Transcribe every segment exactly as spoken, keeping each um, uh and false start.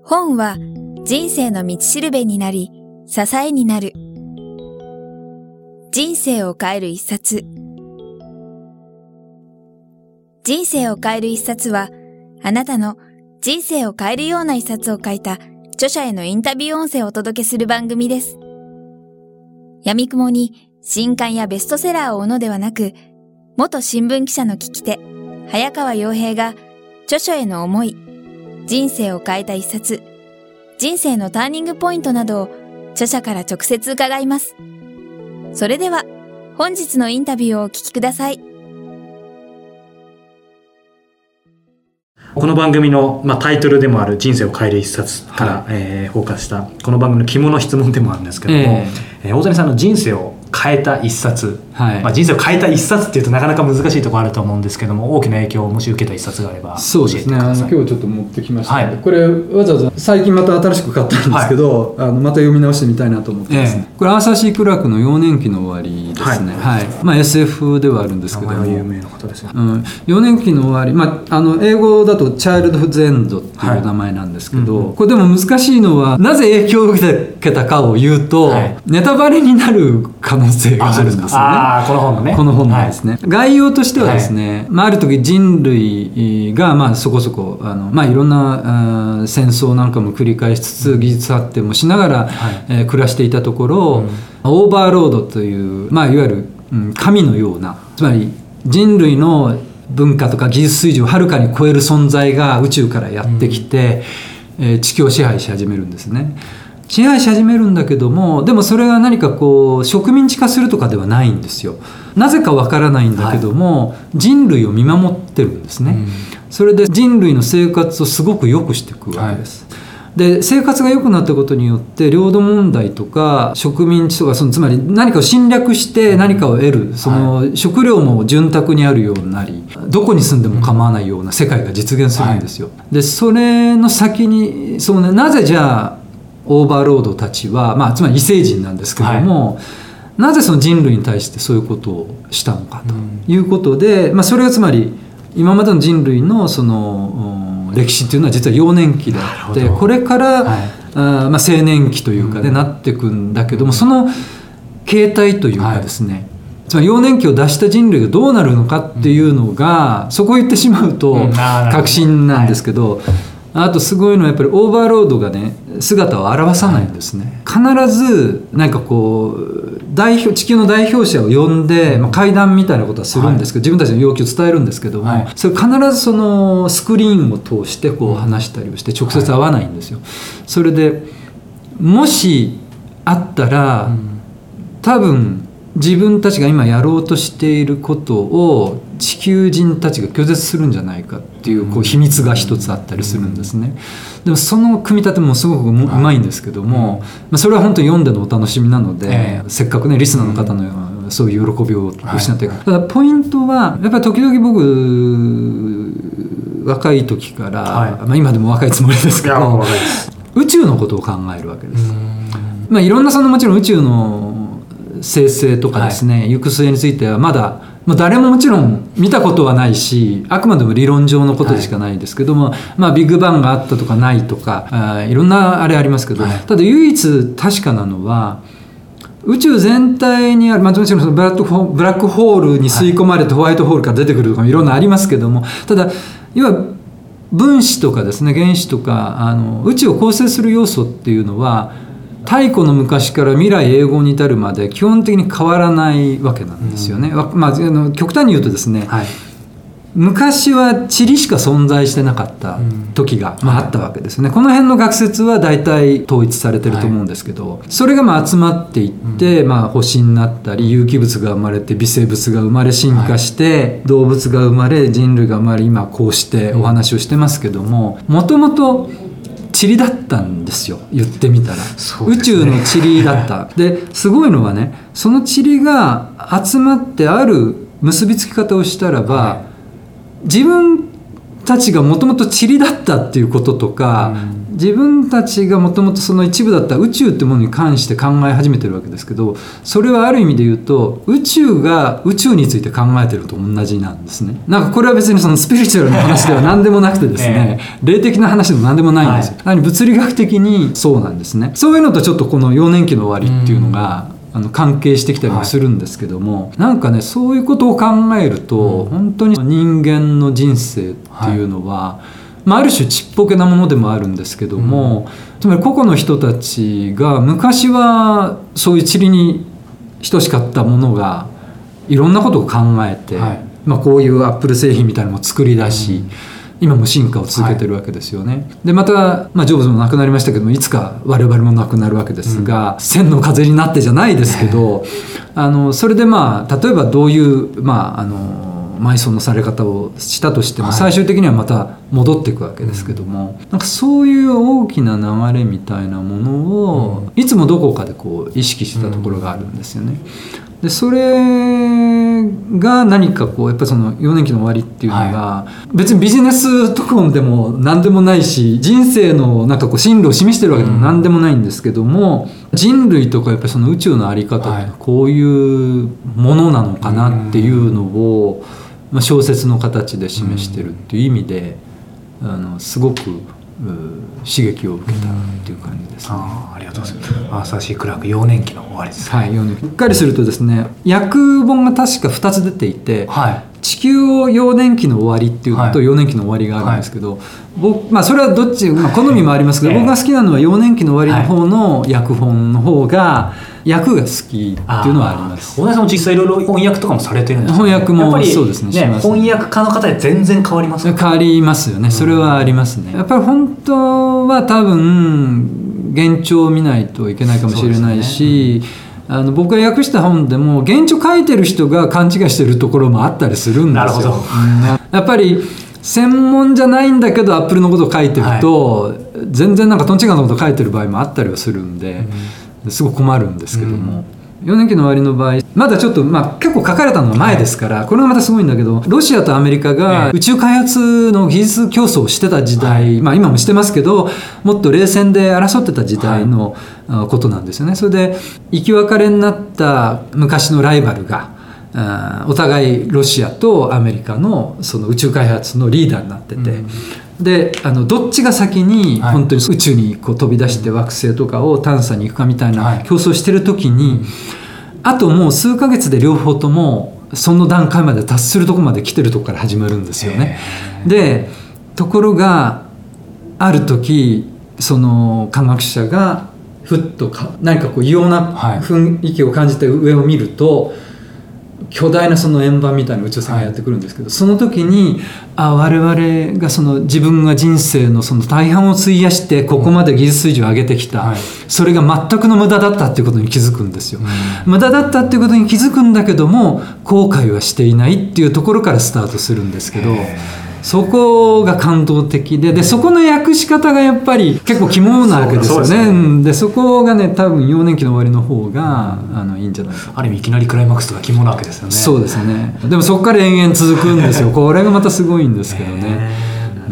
本は人生の道しるべになり、支えになる。人生を変える一冊。人生を変える一冊は、あなたの人生を変えるような一冊を書いた著者へのインタビュー音声をお届けする番組です。闇雲に新刊やベストセラーを追うのではなく、元新聞記者の聞き手、早川洋平が著書への思い、人生を変えた一冊、人生のターニングポイントなどを著者から直接伺います。それでは本日のインタビューをお聞きください。 この番組の、まあ、タイトルでもある人生を変える一冊から、はいえー、フォーカスしたこの番組の肝の質問でもあるんですけども、えーえー、大谷さんの人生を変えた一冊、はいまあ、人生を変えた一冊っていうとなかなか難しいところあると思うんですけども、大きな影響をもし受けた一冊があれば教えてください。 そうですね、今日ちょっと持ってきました、はい、これわざわざ最近また新しく買ったんですけど、はい、あのまた読み直してみたいなと思ってですね、えー、これアーサー・シー・クラークの幼年期の終わりですね、はいはいまあ、エスエフ ではあるんですけども、 名前は有名な方ですね、 うん、幼年期の終わり、まあ、あの英語だとチャイルドフッズエンドっていう名前なんですけど、はいうんうん、これでも難しいのはなぜ影響を受けたかを言うと、はい、ネタバレになる可能性があるんですよね。 あこの本のねこの本のですね、はい、概要としてはですね、はいまあ、ある時人類がまあそこそこあの、まあ、いろんなあ戦争なんかも繰り返しつつ技術発展もしながら、はいえー、暮らしていたところ、うん、オーバーロードという、まあ、いわゆる、うん、神のようなつまり人類の文化とか技術水準をはるかに超える存在が宇宙からやってきて、うんえー、地球を支配し始めるんですね。支配し始めるんだけども、でもそれが何かこう植民地化するとかではないんですよ。なぜかわからないんだけども、はい、人類を見守ってるんですね、うん、それで人類の生活をすごく良くしていくわけです、はい、で生活が良くなったことによって領土問題とか植民地とかそのつまり何かを侵略して何かを得る、その食料も潤沢にあるようになり、どこに住んでも構わないような世界が実現するんですよ、はい、でそれの先にそう、ね、なぜじゃあオーバーロードたちは、まあ、つまり異星人なんですけども、はい、なぜその人類に対してそういうことをしたのかということで、うんまあ、それはつまり今までの人類のその歴史というのは実は幼年期であって、これから、はいあまあ、青年期というか、ねうん、なっていくんだけども、その形態というかですね、はい、つまり幼年期を出した人類がどうなるのかっていうのが、うん、そこを言ってしまうと確信なんですけど、はいあとすごいのはやっぱりオーバーロードがね姿を現さないんですね、はい、必ずなんかこう代表地球の代表者を呼んで、まあ、会談みたいなことはするんですけど、はい、自分たちの要求を伝えるんですけども、はい、それ必ずそのスクリーンを通してこう話したりをして直接会わないんですよ、はい、それでもし会ったら、うん、多分自分たちが今やろうとしていることを地球人たちが拒絶するんじゃないかっていう、こう秘密が一つあったりするんですね。でもその組み立てもすごくうまいんですけども、まあ、それは本当に読んでのお楽しみなので、えー、せっかくねリスナーの方のそういう喜びを失っていく、はい、ただポイントはやっぱり時々僕若い時から、はいまあ、今でも若いつもりですけど宇宙のことを考えるわけです。まあ、いろんなそのもちろん宇宙の生成とかですね、はい、行く末についてはまだ、まあ、誰ももちろん見たことはないし、あくまでも理論上のことでしかないですけども、はいまあ、ビッグバンがあったとかないとかあいろんなあれありますけど、はい、ただ唯一確かなのは宇宙全体にある、まあ、もちろんそのブラックホ、ブラックホールに吸い込まれてホワイトホールから出てくるとかいろんなありますけども、ただ要は分子とかですね原子とかあの宇宙を構成する要素っていうのは太古の昔から未来永劫に至るまで基本的に変わらないわけなんですよね、うんまあ、あの極端に言うとですね、はい、昔は塵しか存在してなかった時が、うんまあ、あったわけですね。この辺の学説は大体統一されてると思うんですけど、はい、それがまあ集まっていって、うんまあ、星になったり有機物が生まれて微生物が生まれ進化して、はい、動物が生まれ人類が生まれ今こうしてお話をしてますけども、もともと塵だったんですよ、言ってみたら、ね、宇宙の塵だったですごいのはね、その塵が集まってある結びつき方をしたらば、はい、自分たちがもともと塵だったっていうこととか、 自分たちがもともとその一部だった宇宙ってものに関して考え始めてるわけですけど、それはある意味で言うと宇宙が宇宙について考えてると同じなんですね。なんかこれは別にそのスピリチュアルな話では何でもなくてですね、えー、霊的な話でも何でもないんですよ、はい、物理学的にそうなんですね。そういうのとちょっとこの幼年期の終わりっていうのがあの関係してきたりもするんですけども、はい、なんかねそういうことを考えると、うん、本当に人間の人生っていうのは、はいまあ、ある種ちっぽけなものでもあるんですけども、うん、つまり個々の人たちが昔はそういう塵に等しかったものがいろんなことを考えて、はいまあ、こういうアップル製品みたいなのも作り出し、うん、今も進化を続けてるわけですよね、はい、でまた、まあ、ジョブズも亡くなりましたけどもいつか我々も亡くなるわけですが、うん、千の風になってじゃないですけど、あのそれでまあ例えばどういう、まあ、あの埋葬のされ方をしたとしても最終的にはまた戻っていくわけですけども、はい、なんかそういう大きな流れみたいなものをいつもどこかでこう意識してたところがあるんですよね。でそれが何かこうやっぱりその幼年期の終わりっていうのが、はい、別にビジネスとかでも何でもないし人生のなんかこう進路を示してるわけでも何でもないんですけども、うん、人類とかやっぱりその宇宙の在り方ってこういうものなのかなっていうのを、まあ、小説の形で示してるっていう意味で、うん、あのすごく刺激を受けたっていう感じですね。 あ, ありがとうございます。アーサー・シー・クラーク幼年期の終わりです、ね。 はい、幼年期。うっかりするとですね、訳本が確かふたつ出ていて、はい、地球を幼年期の終わりっていうのと幼年期の終わりがあるんですけど、はい僕まあ、それはどっち、まあ、好みもありますけど、えー、僕が好きなのは幼年期の終わりの方の訳本の方が、訳が好きっていうのはあります。 大谷さんも実際いろいろ翻訳とかもされてるんですか、 ね、翻訳もそうですね、 ね、翻訳家の方で全然変わりますか？ 変わりますよね。それはありますね。やっぱり本当は多分原著を見ないといけないかもしれないし、あの僕が訳した本でも原著書いてる人が勘違いしてるところもあったりするんですよ。なるほど、うん、やっぱり専門じゃないんだけどアップルのことを書いてると、はい、全然なんかとんちがのことを書いてる場合もあったりはするんで、うん、すごく困るんですけども、うん、幼年期の終わりの場合まだちょっと、まあ、結構書かれたのは前ですから、はい、これがまたすごいんだけどロシアとアメリカが宇宙開発の技術競争をしてた時代、はいまあ、今もしてますけどもっと冷戦で争ってた時代のことなんですよね。それで生き別れになった昔のライバルがお互いロシアとアメリカのその宇宙開発のリーダーになってて、うん、であのどっちが先に本当に宇宙にこう飛び出して惑星とかを探査に行くかみたいな競争してる時に、はい、あともう数ヶ月で両方ともその段階まで達するところまで来てるところから始まるんですよね。でところがある時その科学者がふっとか何かこう異様な雰囲気を感じて上を見ると、はい巨大なその円盤みたいな宇宙船がやってくるんですけど、はい、その時にあ我々がその自分が人生のその大半を費やしてここまで技術水準を上げてきた、はい、それが全くの無駄だったっていうことに気づくんですよ、うん、無駄だったっていうことに気づくんだけども後悔はしていないっていうところからスタートするんですけど、そこが感動的で、でそこの訳し方がやっぱり結構肝なわけですよ ね, そ, う ね, でそこがね多分幼年期の終わりの方が、うん、あのいいんじゃないか。 ある意味いきなりクライマックスとか肝なわけですよね。 そうですね。でもそこから延々続くんですよこれがまたすごいんですけどね。うん、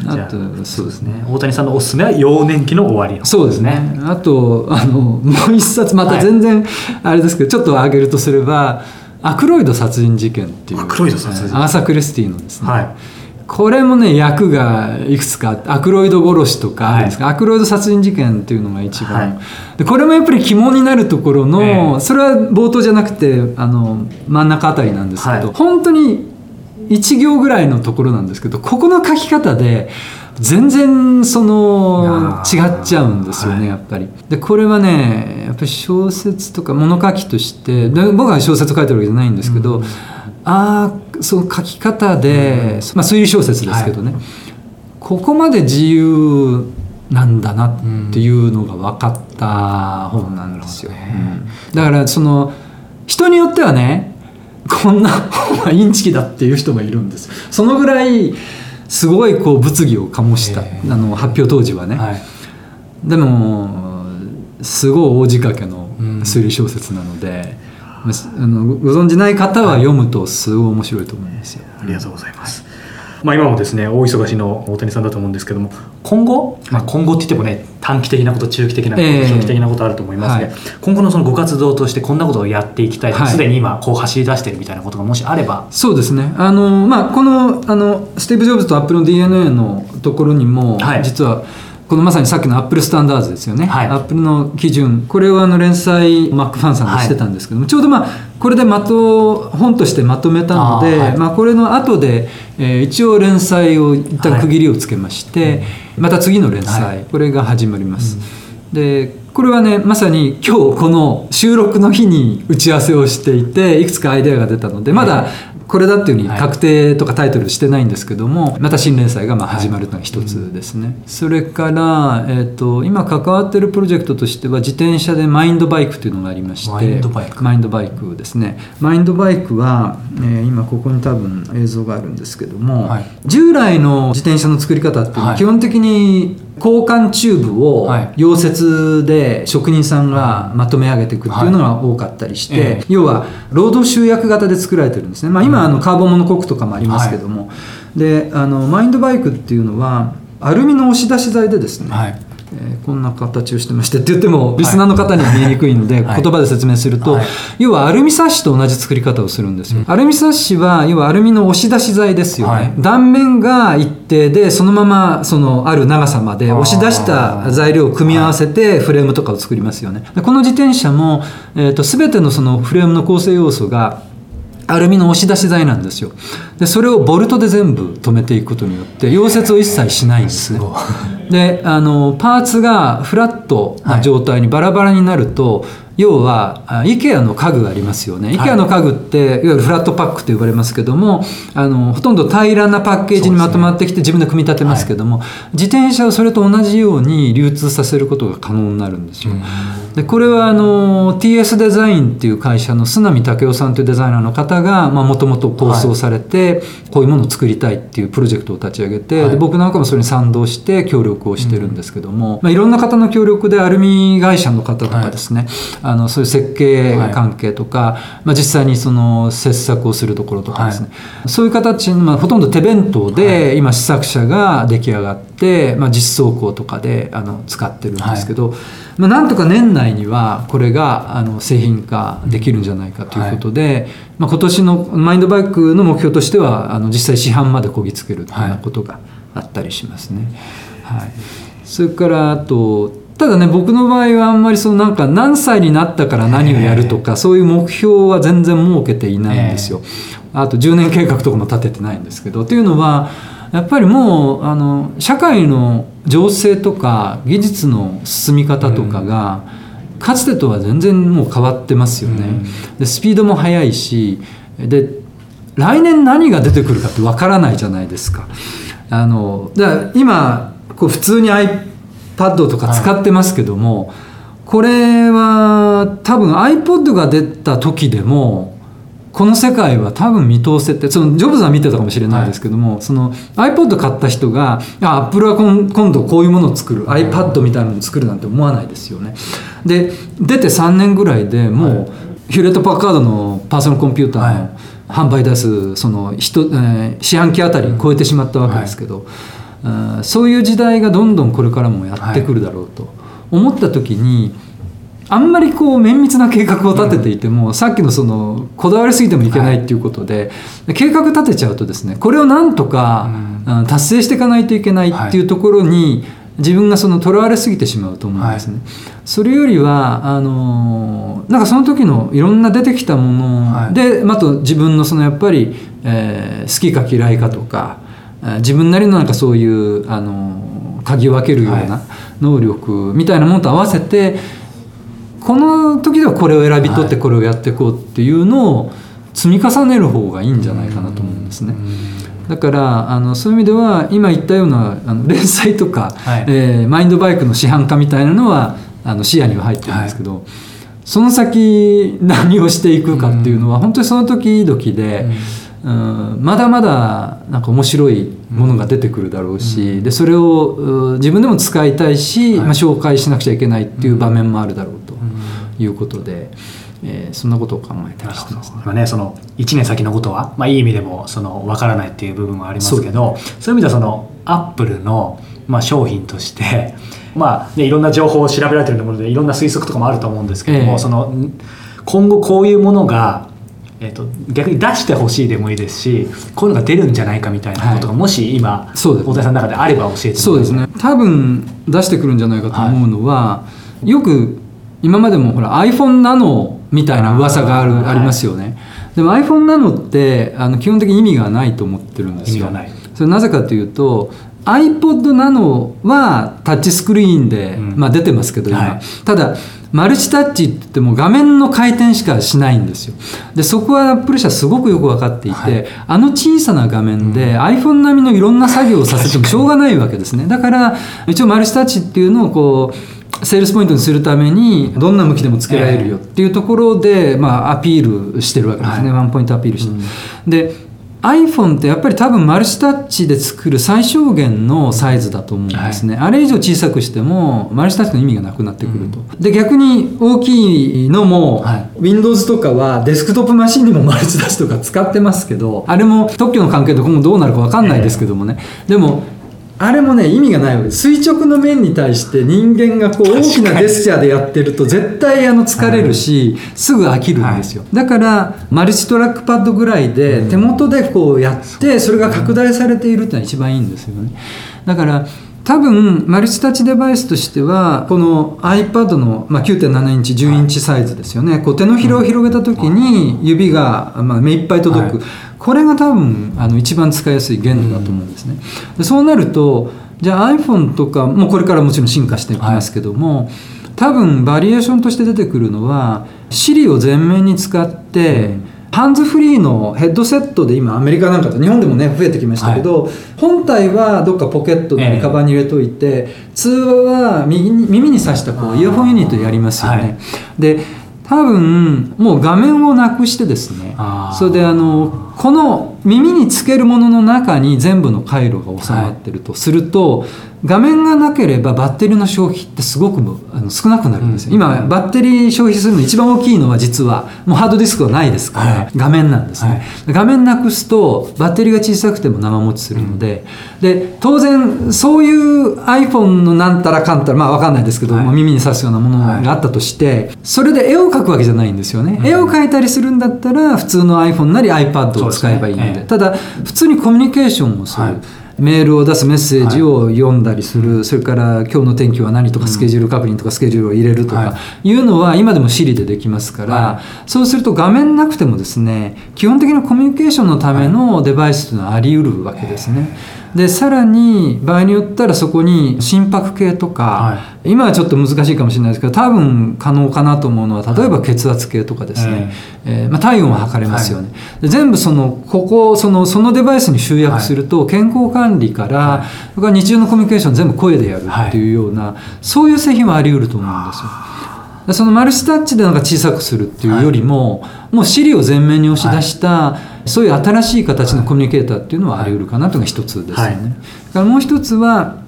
あとそうですね。 大谷さんのおすすめは幼年期の終わりの、 そうですね。あとあのもう一冊また全然あれですけど、はい、ちょっと挙げるとすればアクロイド殺人事件っていう、 アクロイド殺人アーサー・クリスティのですね、 はい、 これもね訳がいくつかアクロイド殺しとかあるんですが、はい、アクロイド殺人事件っていうのが一番、はい、でこれもやっぱり肝になるところの、えー、それは冒頭じゃなくてあの真ん中あたりなんですけど、はい、本当にいち行ぐらいのところなんですけどここの書き方で全然その違っちゃうんですよね、はい、やっぱり。でこれはねやっぱり小説とか物書きとしてで僕は小説書いてるわけじゃないんですけど、うん、ああその書き方で、まあ、推理小説ですけどね、はい、ここまで自由なんだなっていうのが分かった本なんですよ、うん、だからその人によってはねこんな本はインチキだっていう人もいるんですよ。そのぐらいすごいこう物議を醸した、えー、あの発表当時はね、はい、でもすごい大仕掛けの推理小説なので、うん、あのご存じない方は読むとすごい面白いと思うんですよ、 はい、ありがとうございます。 まあ、今もですね大忙しの大谷さんだと思うんですけども、今後、まあ、今後って言ってもね短期的なこと中期的なこと、えー、長期的なことあると思いますが、はい、今後のそのご活動としてこんなことをやっていきたいとか、すでに今こう走り出してるみたいなことがもしあれば。 そうですね、あの、まあ、この、あのスティーブ・ジョブズとアップルの ディーエヌエー のところにも、はい、実はこのまさにさっきのアップルスタンダードですよね、はい、アップルの基準、これをあの連載マックファンさんがしてたんですけども、はい、ちょうどまあこれでまと本としてまとめたので、はい、まあ、これの後で、えー、一応連載を一旦区切りをつけまして、はい、また次の連載、はい、これが始まります、うん、でこれはねまさに今日この収録の日に打ち合わせをしていて、いくつかアイデアが出たので、まだこれだっていうふうに確定とかタイトルしてないんですけども、はい、また新連載がまあ始まるのが一つですね、はい、それから、えー、と今関わっているプロジェクトとしては自転車でマインドバイクというのがありまして、 マインドバイクマインドバイクですね。マインドバイクは、えー、今ここに多分映像があるんですけども、はい、従来の自転車の作り方っていうのは基本的に交換チューブを溶接で職人さんがまとめ上げていくっていうのが多かったりして、はい、要は労働集約型で作られてるんですね、まあ、今あのカーボンモノコックとかもありますけども、はい、であのマインドバイクっていうのはアルミの押し出し材でですね、はい、えー、こんな形をしてましてって言ってもリスナーの方には見えにくいので、はい、言葉で説明すると、はい、要はアルミサッシと同じ作り方をするんですよ、うん、アルミサッシは要はアルミの押し出し材ですよね、はい、断面が一定でそのままそのある長さまで押し出した材料を組み合わせてフレームとかを作りますよね。でこの自転車も、えーと、全てのそのフレームの構成要素がアルミの押し出し材なんですよ。でそれをボルトで全部止めていくことによって溶接を一切しないんですね。であのパーツがフラットな状態にバラバラになると、はい、要は IKEA の家具がありますよね、はい、IKEA の家具っていわゆるフラットパックと呼ばれますけども、あのほとんど平らなパッケージにまとまってきて自分で組み立てますけども、はい、自転車をそれと同じように流通させることが可能になるんですよ。でこれはあの ティーエス デザインっていう会社の須波武雄さんというデザイナーの方がもともと構想されて、はい、こういうものを作りたいっていうプロジェクトを立ち上げて、はい、で僕なんかもそれに賛同して協力をしてるんですけども、うん、まあ、いろんな方の協力でアルミ会社の方とかですね、はい、あのそういう設計関係とか、はい、まあ、実際にその切削をするところとかですね、はい、そういう形、まあ、ほとんど手弁当で今試作車が出来上がって、まあ、実装工とかであの使ってるんですけど、はい、まあ、なんとか年内にはこれがあの製品化できるんじゃないかということで、はい、まあ、今年のマインドバイクの目標としてはあの実際市販までこぎつけるというようなことがあったりしますね、はい、それからあとただね、僕の場合はあんまりそのなんか何歳になったから何をやるとかそういう目標は全然設けていないんですよ。あとじゅうねん計画とかも立ててないんですけど、というのはやっぱりもうあの社会の情勢とか技術の進み方とかがかつてとは全然もう変わってますよね。でスピードも速いし、で来年何が出てくるかってわからないじゃないですか。あのだから今こう普通に iPad とか使ってますけども、はい、これは多分 iPod が出た時でもこの世界は多分見通せて、そのジョブズは見てたかもしれないですけども、はい、その iPod 買った人がアップルは今度こういうものを作る iPad みたいなのを作るなんて思わないですよね。で出てさんねんぐらいでもう、はい、ヒューレット・パッカードのパーソナルコンピューターの販売台数その人、えー、四半期あたり超えてしまったわけですけど、はい、そういう時代がどんどんこれからもやってくるだろうと思った時に、あんまりこう綿密な計画を立てていても、うん、さっきのそのこだわりすぎてもいけないっていうことで、はい、計画立てちゃうとですね、これをなんとか、うん、達成していかないといけないっていうところに、はい、自分がそのとらわれすぎてしまうと思うんですね、はい、それよりはあのなんかその時のいろんな出てきたもので、はい、あと自分のそのやっぱり、えー、好きか嫌いかとか、自分なりのなんかそういうあの鍵を分けるような能力みたいなものと合わせて、この時ではこれを選び取ってこれをやっていこうっていうのを積み重ねる方がいいんじゃないかなと思うんですね。だからあのそういう意味では今言ったようなあの連載とか、はい、えー、マインドバイクの市販化みたいなのはあの視野には入ってるんですけど、はい、その先何をしていくかっていうのは本当にその時々で、うん、まだまだなんか面白いものが出てくるだろうし、うん、でそれを自分でも使いたいし、はい、まあ、紹介しなくちゃいけないっていう場面もあるだろうということで、 えー、そんなことを考えたりしてますね。 今ね、そのいちねん先のことは、まあ、いい意味でもその分からないっていう部分はありますけど、そう、そういう意味ではそのアップルの、まあ、商品として、まあね、いろんな情報を調べられているものでいろんな推測とかもあると思うんですけども、えー、その今後こういうものが、えー、と逆に出してほしいでもいいですし、こういうのが出るんじゃないかみたいなことが、はい、もし今大谷さんの中であれば教えてもらって。 そうですね、多分出してくるんじゃないかと思うのは、はい、よく今までもほら iPhone ナノみたいな噂がある あ, ありますよね、はい、でも iPhone ナノってあの基本的に意味がないと思ってるんですよ。 意味がない。 それなぜかというと iPod ナノはタッチスクリーンで、うんまあ、出てますけど今、はい、ただマルチタッチって言っても画面の回転しかしないんですよ。でそこはアップル社すごくよく分かっていて、はい、あの小さな画面で、うん、iPhone 並みのいろんな作業をさせてもしょうがないわけですね。だから一応マルチタッチっていうのをこうセールスポイントにするためにどんな向きでもつけられるよっていうところで、まあ、アピールしてるわけですね、はい、ワンポイントアピールして、うん、で iPhone ってやっぱり多分マルチタッチで作る最小限のサイズだと思うんですね、はい、あれ以上小さくしてもマルチタッチの意味がなくなってくると、うん、で逆に大きいのも、はい、Windows とかはデスクトップマシンにもマルチタッチとか使ってますけど、あれも特許の関係で今後どうなるか分かんないですけどもね、えー、でもあれもね意味がないわけです。垂直の面に対して人間がこう大きなジェスチャーでやってると絶対あの疲れるし、はい、すぐ飽きるんですよ、はい、だからマルチトラックパッドぐらいで手元でこうやってそれが拡大されているっていうのは一番いいんですよね。だから多分マルチタッチデバイスとしてはこの iPad の、まあ、きゅうてんななインチじゅうインチサイズですよね、はい、こう手のひらを広げた時に指が、まあ、目いっぱい届く、はい、これが多分あの一番使いやすい限度だと思うんですね。でそうなるとじゃあ iPhone とかもこれからもちろん進化していきますけども、はい、多分バリエーションとして出てくるのは Siri を前面に使って、うんハンズフリーのヘッドセットで今アメリカなんかと日本でもね増えてきましたけど、はい、本体はどっかポケットにカバンに入れといて、えー、通話は右に耳に挿したこうイヤホンユニットでやりますよね、はい、で多分もう画面をなくしてですね、それであのこの耳につけるものの中に全部の回路が収まってるとすると、はい、画面がなければバッテリーの消費ってすごくあの少なくなるんですよ、うん、今バッテリー消費するの一番大きいのは実はもうハードディスクはないですから、はい、画面なんですね、はい、画面なくすとバッテリーが小さくても長持ちするので、うん、で当然そういう iPhone のなんたらかんたらまあ分かんないですけど、はい、耳に挿すようなものがあったとして、はい、それで絵を描くわけじゃないんですよね、うん、絵を描いたりするんだったら普通の iPhone なり iPad を使えばいいので、ただ普通にコミュニケーションをする、はい、メールを出すメッセージを読んだりする、はい、それから今日の天気は何とかスケジュール確認とかスケジュールを入れるとかいうのは今でも Siri でできますから、はい、そうすると画面なくてもですね基本的なコミュニケーションのためのデバイスというのはあり得るわけですね。でさらに場合によったらそこに心拍計とか、はい、今はちょっと難しいかもしれないですけど多分可能かなと思うのは例えば血圧計とかですね、はいえーまあ、体温は測れますよね、はい、で全部そのここそのそのデバイスに集約すると健康管理から、はい、それから日常のコミュニケーション全部声でやるっていうような、はい、そういう製品はあり得ると思うんですよ。そのマルチタッチでなんか小さくするっていうよりも、はい、もう Siri を前面に押し出した、はい、そういう新しい形のコミュニケーターっていうのはあり得るかなというのが一つですよね、はい、だからもう一つは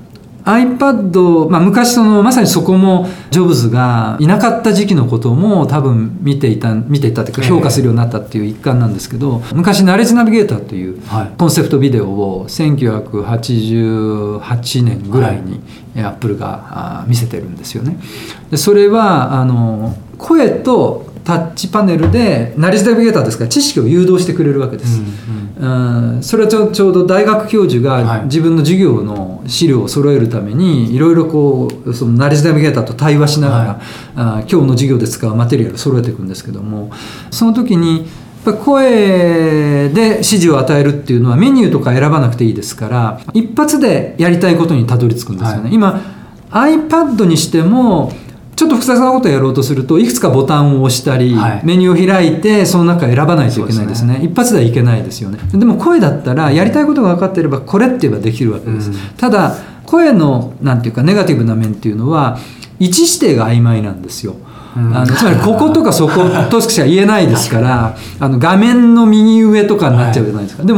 iPad、まあ、昔そのまさにそこもジョブズがいなかった時期のことも多分見ていた見ていたというか評価するようになったっていう一環なんですけど、昔ナレッジナビゲーターというコンセプトビデオをせんきゅうひゃくはちじゅうはちねんぐらいにアップルが見せてるんですよね。でそれはあの声とタッチパネルでナレッジナビゲーターですから知識を誘導してくれるわけです、うんうん、それはち ょ, ちょうど大学教授が自分の授業の資料を揃えるためにいろいろこうそのナレッジナビゲーターと対話しながら、はい、あ今日の授業で使うマテリアルを揃えていくんですけども、その時にやっぱ声で指示を与えるっていうのはメニューとか選ばなくていいですから一発でやりたいことにたどり着くんですよね、はい、今 iPad にしてもちょっと複雑なことをやろうとするといくつかボタンを押したり、はい、メニューを開いてその中選ばないといけないですね。一発ではいけないですよね。でも声だったらやりたいことが分かっていればこれって言えばできるわけです、うん、ただ声のなんていうかネガティブな面っていうのは位置指定が曖昧なんですよ、うん、あのつまりこことかそことしか言えないですからあの画面の右上とかになっちゃうじゃないですか、はい、でも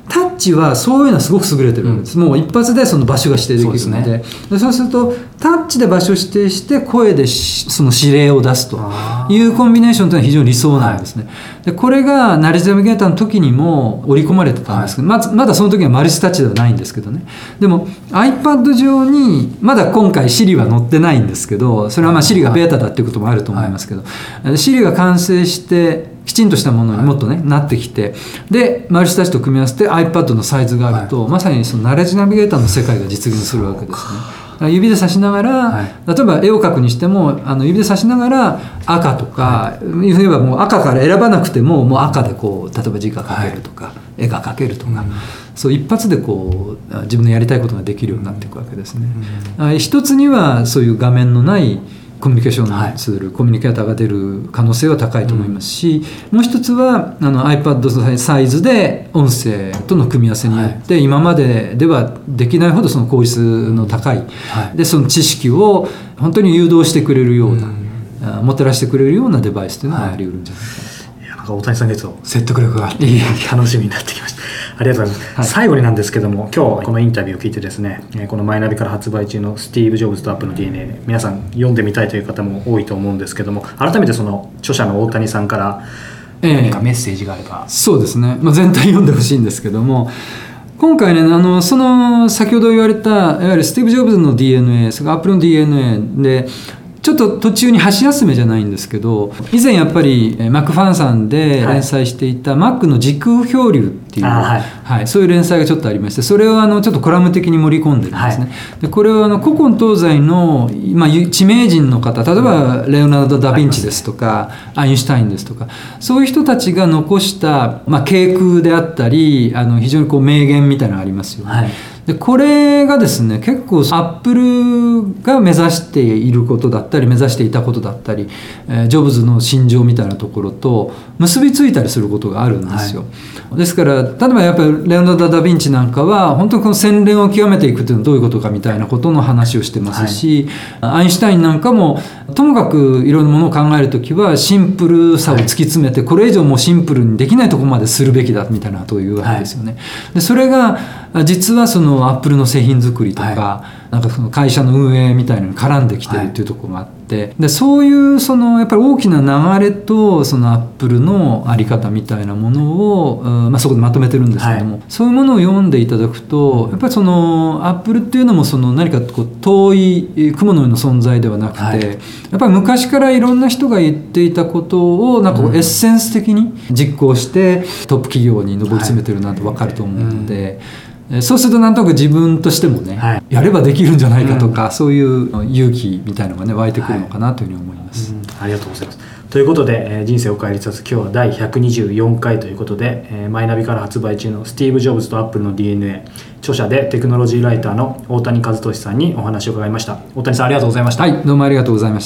タッチはそういうのはすごく優れてるんです、うん、もう一発でその場所が指定できるので、 そうですね、でそうするとタッチで場所を指定して声でその指令を出すというコンビネーションというのは非常に理想なんですね、はい、でこれがナレッジナビゲーターの時にも織り込まれてたんですけど、はい、まずまだその時はマルチタッチではないんですけどね。でも iPad 上にまだ今回 Siri は載ってないんですけど、それはまあ Siri がベータだっていうこともあると思いますけど、はい、Siri が完成してきちんとしたものにもっとね、はい、なってきて、でマルチタッチと組み合わせて iPad のサイズがあると、はい、まさにそのナレッジナビゲーターの世界が実現するわけですね。指で指しながら、はい、例えば絵を描くにしてもあの指で指しながら赤とか、はい、言えばもう赤から選ばなくてももう赤でこう例えば字が描けるとか、はい、絵が描けるとか、うん、そう一発でこう自分のやりたいことができるようになっていくわけですね、うん、一つにはそういう画面のないコミュニケーションのツール、はい、コミュニケーターが出る可能性は高いと思いますし、うん、もう一つはあの iPad のサイズで音声との組み合わせによって、はい、今までではできないほどその効率の高い、はい、でその知識を本当に誘導してくれるような、うん、もたらしてくれるようなデバイスというのがあり得るんじゃないかなと、はい、いやなんか大谷さんのやつを説得力があって楽しみになってきました。ありがとうございます、はい、最後になんですけども、今日このインタビューを聞いてですね、このマイナビから発売中のスティーブ・ジョブズとアップルの ディーエヌエー、 皆さん読んでみたいという方も多いと思うんですけども、改めてその著者の大谷さんから何かメッセージがあれば、 えー、そうですね、まあ、全体読んでほしいんですけども、今回ね、あのその先ほど言われたいわゆるスティーブ・ジョブズの ディーエヌエー、それからアップルの ディーエヌエー でちょっと途中に箸休めじゃないんですけど、以前やっぱりマックファンさんで連載していた Mac の時空漂流っていう、はいはい、そういう連載がちょっとありまして、それをあのちょっとコラム的に盛り込んでるんですね、はい、でこれはあの古今東西の、まあ、知名人の方、例えばレオナルド・ダ・ヴィンチですとか、アインシュタインですとか、そういう人たちが残した、まあ、系空であったり、あの非常にこう名言みたいなのがありますよね、はい、でこれがですね、結構アップルが目指していることだったり目指していたことだったり、えー、ジョブズの心情みたいなところと結びついたりすることがあるんですよ、はい、ですから例えばやっぱりレオナルド・ダ・ヴィンチなんかは本当にこの洗練を極めていくというのはどういうことかみたいなことの話をしてますし、はい、アインシュタインなんかもともかくいろんなものを考えるときはシンプルさを突き詰めて、これ以上もうシンプルにできないところまでするべきだみたいなことを言うわけですよね、はい、でそれが実はそのアップルの製品作りとか、はい、なんかその会社の運営みたいなのに絡んできてるっていうところがあって、はい、でそういうそのやっぱり大きな流れとそのアップルの在り方みたいなものを、まあ、そこでまとめてるんですけども、はい、そういうものを読んでいただくと、やっぱりそのアップルっていうのもその何かこう遠い雲のような存在ではなくて、はい、やっぱり昔からいろんな人が言っていたことをなんかこうエッセンス的に実行してトップ企業に上り詰めてるなと分かると思うので、はい、うん、そうするとなんとなく自分としてもね、はい、やればできるんじゃないかとか、うん、そういう勇気みたいなのがね湧いてくるのかなというふうに思います、 はい、うん、ありがとうございます。ということで、えー、人生を変える一冊、今日はだいひゃくにじゅうよんかいということで、えー、マイナビから発売中のスティーブ・ジョブズとアップルの ディーエヌエー、 著者でテクノロジーライターの大谷和俊さんにお話を伺いました。大谷さん、ありがとうございました。 はい、どうもありがとうございました。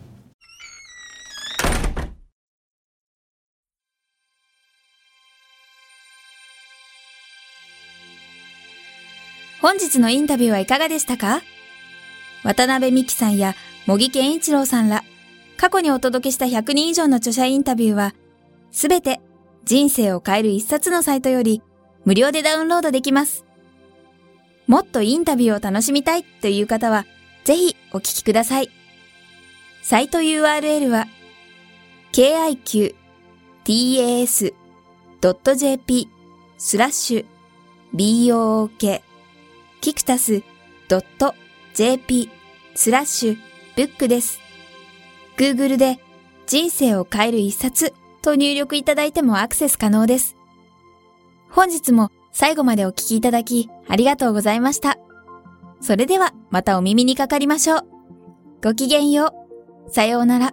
本日のインタビューはいかがでしたか？渡辺美樹さんや茂木健一郎さんら、過去にお届けしたひゃくにん以上の著者インタビューは、すべて人生を変える一冊のサイトより無料でダウンロードできます。もっとインタビューを楽しみたいという方は、ぜひお聞きください。サイト ユーアールエル は ケーアイキューティーエーエスドットジェーピー スラッシュ ビーオーオーケー キクタス ドットジェーピー スラッシュブックです。Google で人生を変える一冊と入力いただいてもアクセス可能です。本日も最後までお聞きいただきありがとうございました。それではまたお耳にかかりましょう。ごきげんよう。さようなら。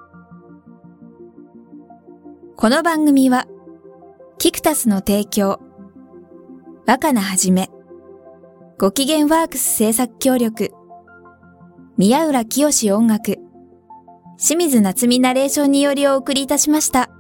この番組はキクタスの提供、若菜はじめ、ごきげんワークス制作協力、宮浦清志音楽、清水夏美ナレーションによりお送りいたしました。